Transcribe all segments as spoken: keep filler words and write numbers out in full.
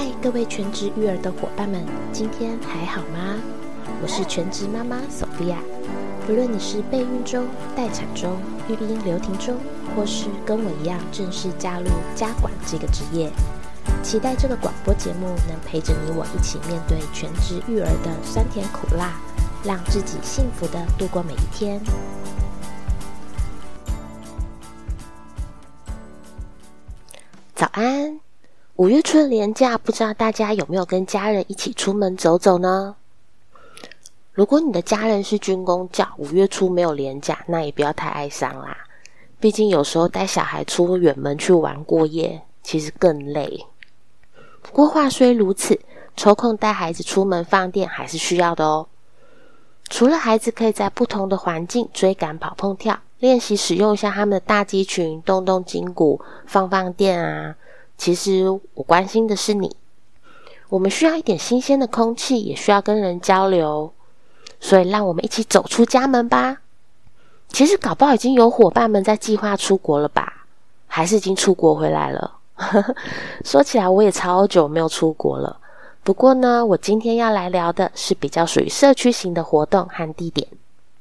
嗨，各位全职育儿的伙伴们，今天还好吗？我是全职妈妈 Sophia。不论你是备孕中、待产中、育婴留停中，或是跟我一样正式加入家管这个职业，期待这个广播节目能陪着你我一起面对全职育儿的酸甜苦辣，让自己幸福的度过每一天。早安！五月初的连假，不知道大家有没有跟家人一起出门走走呢？如果你的家人是军公教，五月初没有连假，那也不要太哀伤啦。毕竟有时候带小孩出远门去玩过夜，其实更累。不过话虽如此，抽空带孩子出门放电还是需要的哦。除了孩子可以在不同的环境追赶跑碰跳，练习使用一下他们的大肌群，动动筋骨，放放电啊。其实我关心的是你，我们需要一点新鲜的空气，也需要跟人交流，所以让我们一起走出家门吧。其实搞不好已经有伙伴们在计划出国了吧，还是已经出国回来了。说起来我也超久没有出国了，不过呢，我今天要来聊的是比较属于社区型的活动和地点。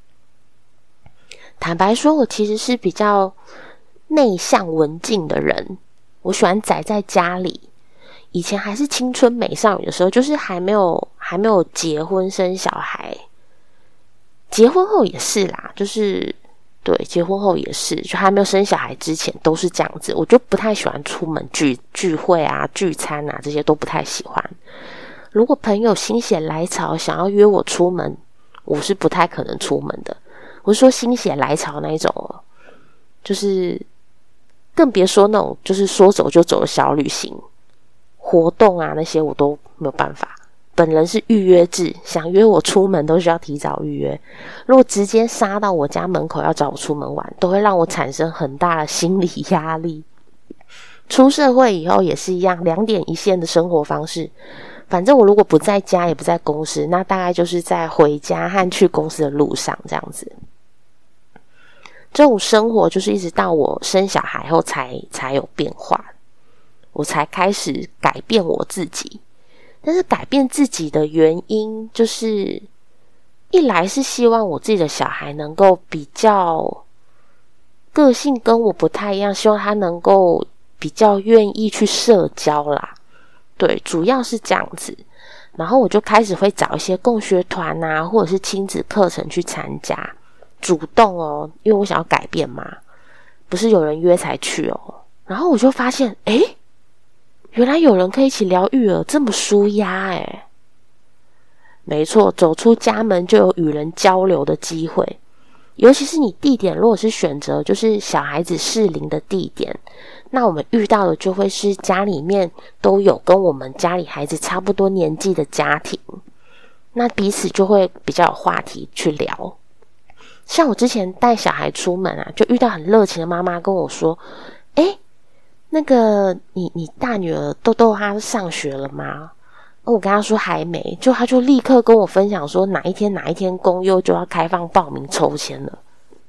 坦白说，我其实是比较内向文静的人，我喜欢宅在家里。以前还是青春美少女的时候，就是还没有还没有结婚生小孩，结婚后也是啦，就是对，结婚后也是，就还没有生小孩之前都是这样子。我就不太喜欢出门聚聚会啊、聚餐啊，这些都不太喜欢。如果朋友心血来潮想要约我出门，我是不太可能出门的。我是说心血来潮那一种哦，就是更别说那种就是说走就走的小旅行活动啊，那些我都没有办法。本人是预约制，想约我出门都需要提早预约。如果直接杀到我家门口要找我出门玩，都会让我产生很大的心理压力。出社会以后也是一样，两点一线的生活方式。反正我如果不在家也不在公司，那大概就是在回家和去公司的路上这样子。这种生活就是一直到我生小孩后才才有变化，我才开始改变我自己。但是改变自己的原因，就是一来是希望我自己的小孩能够比较个性跟我不太一样，希望他能够比较愿意去社交啦。对，主要是这样子。然后我就开始会找一些共学团啊，或者是亲子课程去参加。主动哦，因为我想要改变嘛，不是有人约才去哦。然后我就发现，诶，原来有人可以一起聊育儿，这么舒压诶。没错，走出家门就有与人交流的机会，尤其是你地点如果是选择就是小孩子适龄的地点，那我们遇到的就会是家里面都有跟我们家里孩子差不多年纪的家庭，那彼此就会比较有话题去聊。像我之前带小孩出门啊，就遇到很热情的妈妈跟我说，诶，那个你你大女儿豆豆她上学了吗？我跟她说还没，就她就立刻跟我分享说哪一天哪一天公幼就要开放报名抽签了。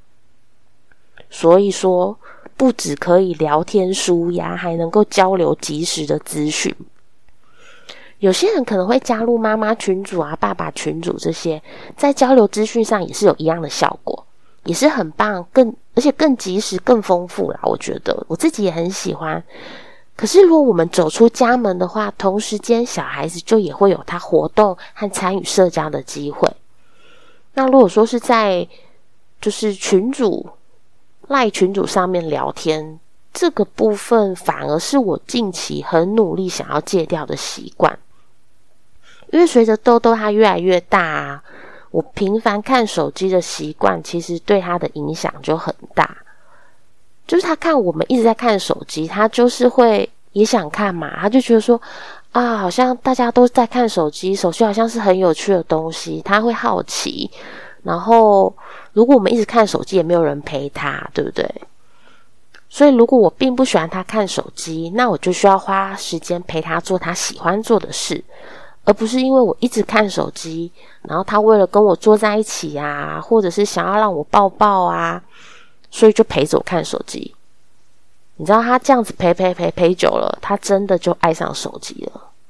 所以说不只可以聊天抒压，还能够交流及时的资讯。有些人可能会加入妈妈群组啊、爸爸群组这些，在交流资讯上也是有一样的效果，也是很棒，更而且更及时、更丰富啦。我觉得我自己也很喜欢。可是如果我们走出家门的话，同时间小孩子就也会有他活动和参与社交的机会。那如果说是在就是群组、赖群组上面聊天，这个部分反而是我近期很努力想要戒掉的习惯。因为随着豆豆他越来越大啊，我频繁看手机的习惯其实对他的影响就很大。就是他看我们一直在看手机，他就是会也想看嘛，他就觉得说啊，好像大家都在看手机，手机好像是很有趣的东西，他会好奇。然后如果我们一直看手机也没有人陪他，对不对？所以如果我并不喜欢他看手机，那我就需要花时间陪他做他喜欢做的事，而不是因为我一直看手机，然后他为了跟我坐在一起啊，或者是想要让我抱抱啊，所以就陪着我看手机。你知道他这样子陪陪陪陪久了，他真的就爱上手机了。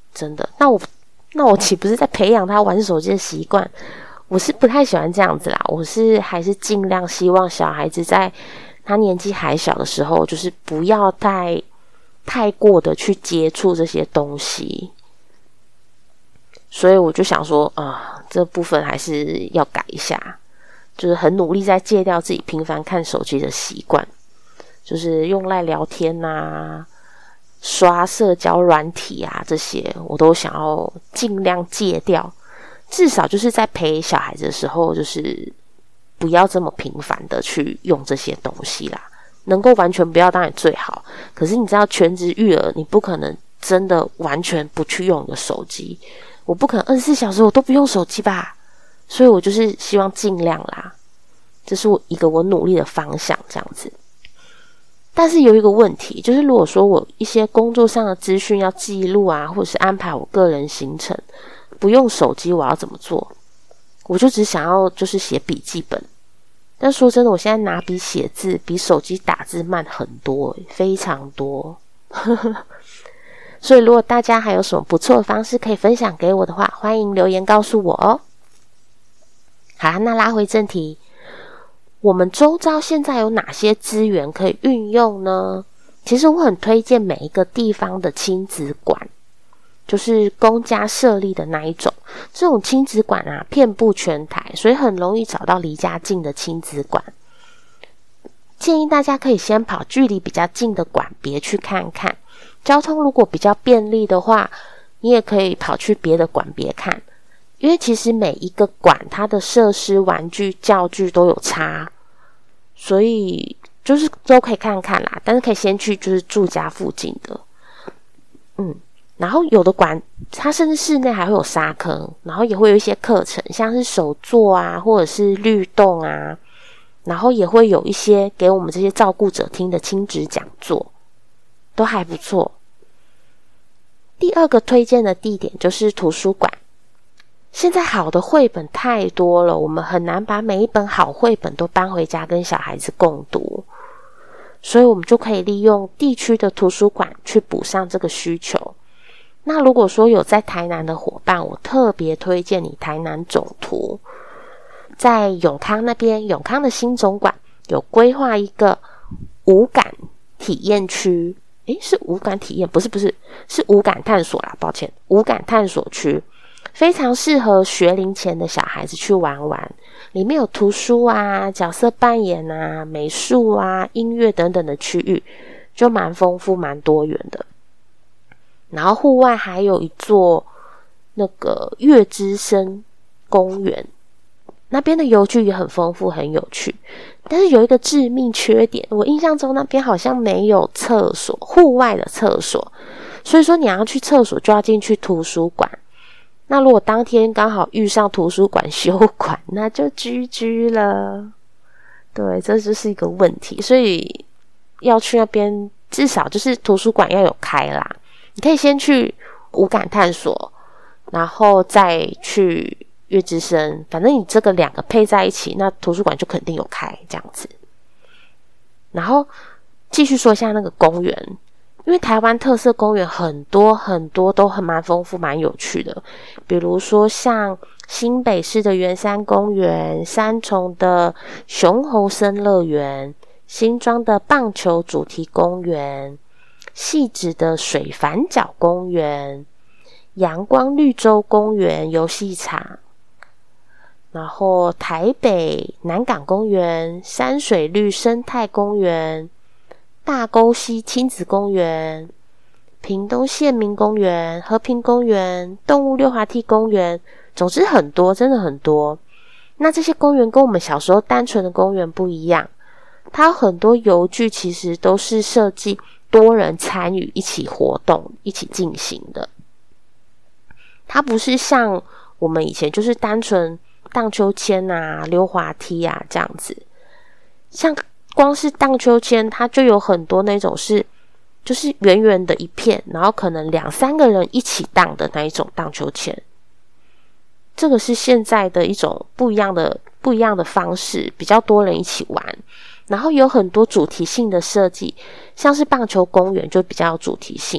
真的。那我那我岂不是在培养他玩手机的习惯？我是不太喜欢这样子啦，我是还是尽量希望小孩子在他年纪还小的时候，就是不要太太过的去接触这些东西。所以我就想说啊，这部分还是要改一下，就是很努力在戒掉自己频繁看手机的习惯，就是用赖聊天啊，刷社交软体啊，这些我都想要尽量戒掉。至少就是在陪小孩子的时候，就是不要这么频繁的去用这些东西啦。能够完全不要当然最好，可是你知道全职育儿，你不可能真的完全不去用你的手机。我不可能二十四小时我都不用手机吧，所以我就是希望尽量啦，这是我一个我努力的方向这样子。但是有一个问题，就是如果说我一些工作上的资讯要记录啊，或者是安排我个人行程，不用手机我要怎么做？我就只想要就是写笔记本，但说真的，我现在拿笔写字比手机打字慢很多，非常多。所以如果大家还有什么不错的方式可以分享给我的话，欢迎留言告诉我哦。好，那拉回正题，我们周遭现在有哪些资源可以运用呢？其实我很推荐每一个地方的亲子馆，就是公家设立的那一种。这种亲子馆啊，遍布全台，所以很容易找到离家近的亲子馆。建议大家可以先跑距离比较近的馆别去看看。交通如果比较便利的话，你也可以跑去别的馆别看。因为其实每一个馆它的设施、玩具、教具都有差，所以就是都可以看看啦。但是可以先去就是住家附近的，嗯。然后有的馆它甚至室内还会有沙坑，然后也会有一些课程，像是手作啊，或者是律动啊，然后也会有一些给我们这些照顾者听的亲子讲座，都还不错。第二个推荐的地点就是图书馆。现在好的绘本太多了，我们很难把每一本好绘本都搬回家跟小孩子共读，所以我们就可以利用地区的图书馆去补上这个需求。那如果说有在台南的伙伴，我特别推荐你台南总图，在永康那边，永康的新总馆有规划一个五感体验区，诶，是五感体验，不是不是，是五感探索啦，抱歉，五感探索区，非常适合学龄前的小孩子去玩玩。里面有图书啊、角色扮演啊、美术啊、音乐等等的区域，就蛮丰富、蛮多元的。然后户外还有一座那个月之森公园，那边的游具也很丰富很有趣，但是有一个致命缺点，我印象中那边好像没有厕所，户外的厕所，所以说你要去厕所就要进去图书馆。那如果当天刚好遇上图书馆休馆，那就 G G 了。对，这就是一个问题，所以要去那边至少就是图书馆要有开啦。你可以先去五感探索，然后再去月之森，反正你这个两个配在一起，那图书馆就肯定有开这样子。然后继续说一下那个公园，因为台湾特色公园很多很多都很蛮丰富蛮有趣的，比如说像新北市的圆山公园、三重的熊猴森乐园、新庄的棒球主题公园、汐止的水反角公园、阳光绿洲公园游戏场，然后台北南港公园、山水绿生态公园、大沟溪亲子公园、屏东县民公园、和平公园、动物溜滑梯公园，总之很多，真的很多。那这些公园跟我们小时候单纯的公园不一样，它有很多游具其实都是设计多人参与一起活动一起进行的，它不是像我们以前就是单纯荡秋千啊、溜滑梯啊这样子。像光是荡秋千，它就有很多那种是就是圆圆的一片，然后可能两三个人一起荡的那一种荡秋千。这个是现在的一种不一样的不一样的方式，比较多人一起玩。然后有很多主题性的设计，像是棒球公园就比较有主题性，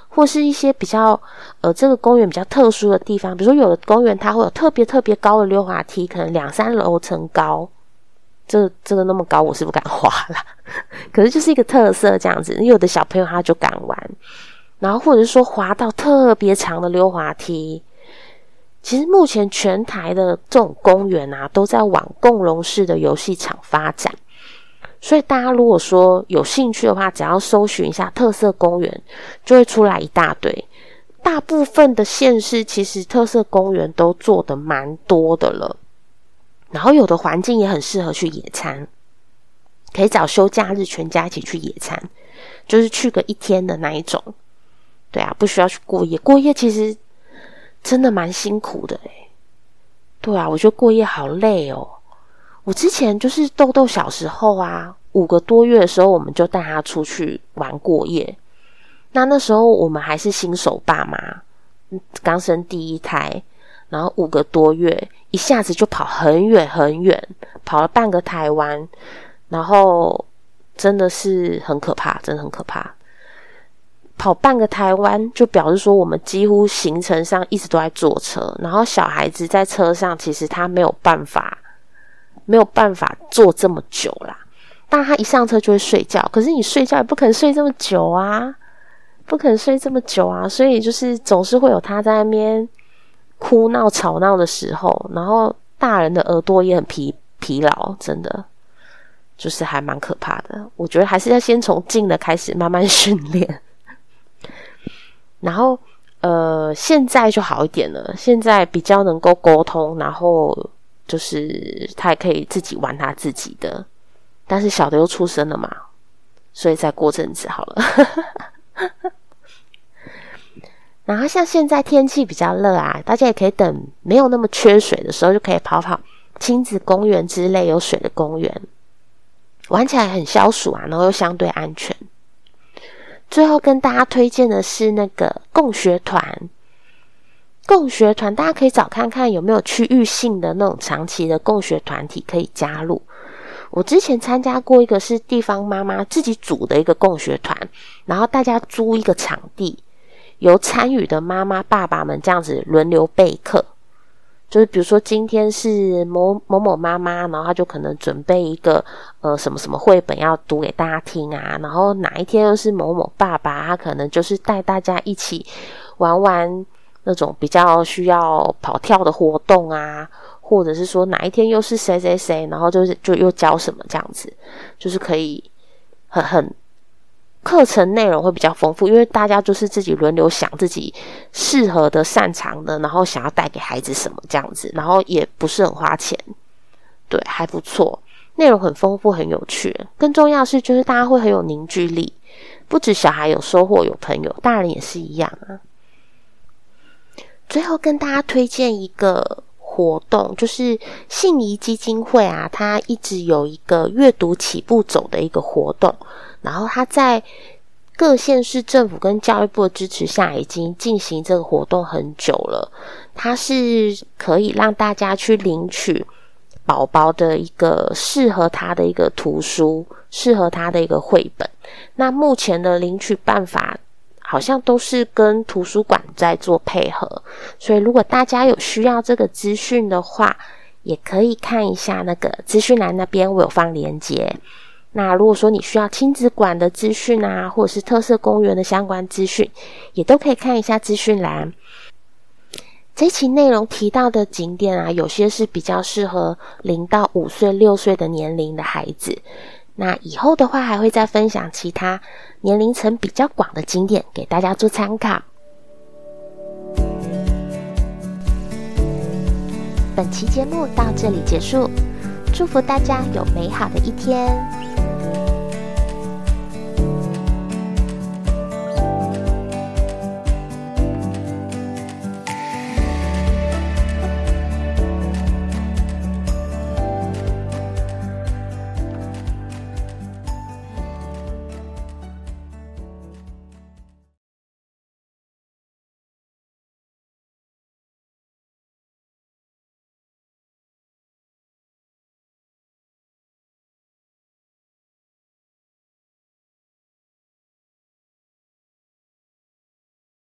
或是一些比较呃这个公园比较特殊的地方，比如说有的公园它会有特别特别高的溜滑梯，可能两三楼层高，这这个那么高我是不敢滑啦，可是就是一个特色这样子，有的小朋友他就敢玩，然后或者是说滑到特别长的溜滑梯。其实目前全台的这种公园啊，都在往共融式的游戏场发展，所以大家如果说有兴趣的话，只要搜寻一下特色公园，就会出来一大堆。大部分的县市其实特色公园都做得蛮多的了，然后有的环境也很适合去野餐，可以找休假日全家一起去野餐，就是去个一天的那一种。对啊，不需要去过夜，过夜其实真的蛮辛苦的诶。对啊，我觉得过夜好累哦。我之前就是豆豆小时候啊，五个多月的时候，我们就带他出去玩过夜。那那时候我们还是新手爸妈，刚生第一胎，然后五个多月，一下子就跑很远很远，跑了半个台湾，然后真的是很可怕，真的很可怕。跑半个台湾就表示说我们几乎行程上一直都在坐车，然后小孩子在车上其实他没有办法没有办法坐这么久啦，但他一上车就会睡觉，可是你睡觉也不可能睡这么久啊，不可能睡这么久啊，所以就是总是会有他在那边哭闹吵闹的时候，然后大人的耳朵也很疲疲劳，真的就是还蛮可怕的。我觉得还是要先从近的开始慢慢训练。然后呃，现在就好一点了，现在比较能够沟通，然后就是他也可以自己玩他自己的，但是小的又出生了嘛，所以再过阵子好了。然后像现在天气比较热啊，大家也可以等没有那么缺水的时候，就可以跑跑亲子公园之类有水的公园，玩起来很消暑啊，然后又相对安全。最后跟大家推荐的是那个共学团，共学团大家可以找看看有没有区域性的那种长期的共学团体可以加入。我之前参加过一个是地方妈妈自己组的一个共学团，然后大家租一个场地，由参与的妈妈爸爸们这样子轮流备课，就是比如说今天是某某某妈妈，然后她就可能准备一个呃什么什么绘本要读给大家听啊，然后哪一天又是某某爸爸，他可能就是带大家一起玩玩那种比较需要跑跳的活动啊，或者是说哪一天又是谁谁谁，然后就是就又教什么这样子，就是可以很很课程内容会比较丰富，因为大家就是自己轮流想自己适合的擅长的，然后想要带给孩子什么这样子，然后也不是很花钱，对，还不错，内容很丰富很有趣，更重要的是就是大家会很有凝聚力，不止小孩有收获有朋友，大人也是一样啊。最后跟大家推荐一个活动，就是信宜基金会啊，它一直有一个阅读起步走的一个活动，然后它在各县市政府跟教育部的支持下已经进行这个活动很久了。它是可以让大家去领取宝宝的一个适合他的一个图书，适合他的一个绘本。那目前的领取办法好像都是跟图书馆在做配合，所以如果大家有需要这个资讯的话，也可以看一下那个资讯栏那边我有放连结。那如果说你需要亲子馆的资讯啊，或者是特色公园的相关资讯，也都可以看一下资讯栏。这一期内容提到的景点啊，有些是比较适合零到五岁、六岁的年龄的孩子。那以后的话还会再分享其他年龄层比较广的景点给大家做参考。本期节目到这里结束，祝福大家有美好的一天。